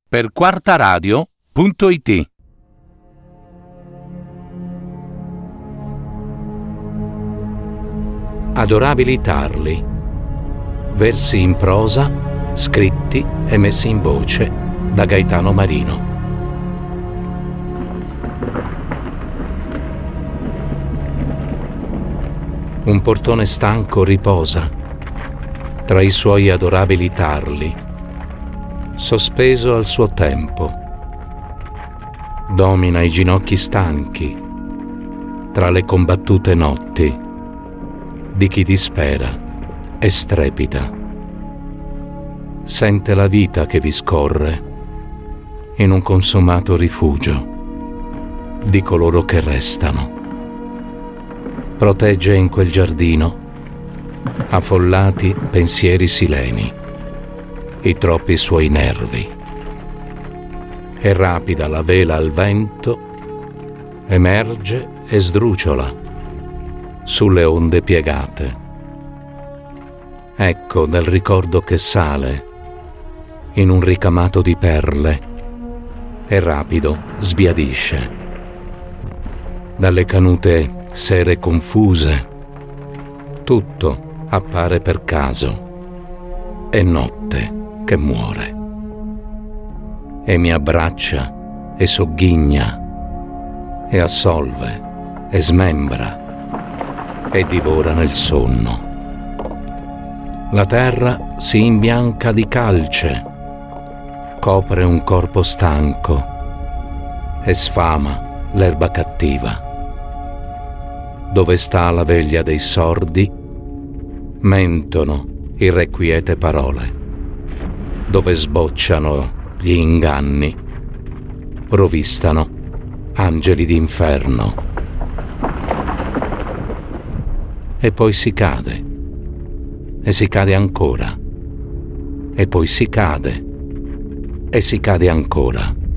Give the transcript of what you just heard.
per quartaradio.it. Adorabili tarli. Versi in prosa, scritti e messi in voce da Gaetano Marino. Un portone stanco riposa tra i suoi adorabili tarli, sospeso al suo tempo. Domina i ginocchi stanchi tra le combattute notti di chi dispera e strepita. Sente la vita che vi scorre in un consumato rifugio di coloro che restano. Protegge in quel giardino affollati pensieri sileni, i troppi suoi nervi. E rapida la vela al vento, emerge e sdruciola sulle onde piegate. Ecco del ricordo che sale in un ricamato di perle e rapido sbiadisce. Dalle canute sere confuse, tutto appare per caso, è notte che muore. E mi abbraccia e sogghigna, e assolve e smembra, e divora nel sonno. La terra si imbianca di calce, copre un corpo stanco e sfama l'erba cattiva. Dove sta la veglia dei sordi, mentono irrequiete parole. Dove sbocciano gli inganni, rovistano angeli d'inferno. E poi si cade, e si cade ancora, e poi si cade, e si cade ancora.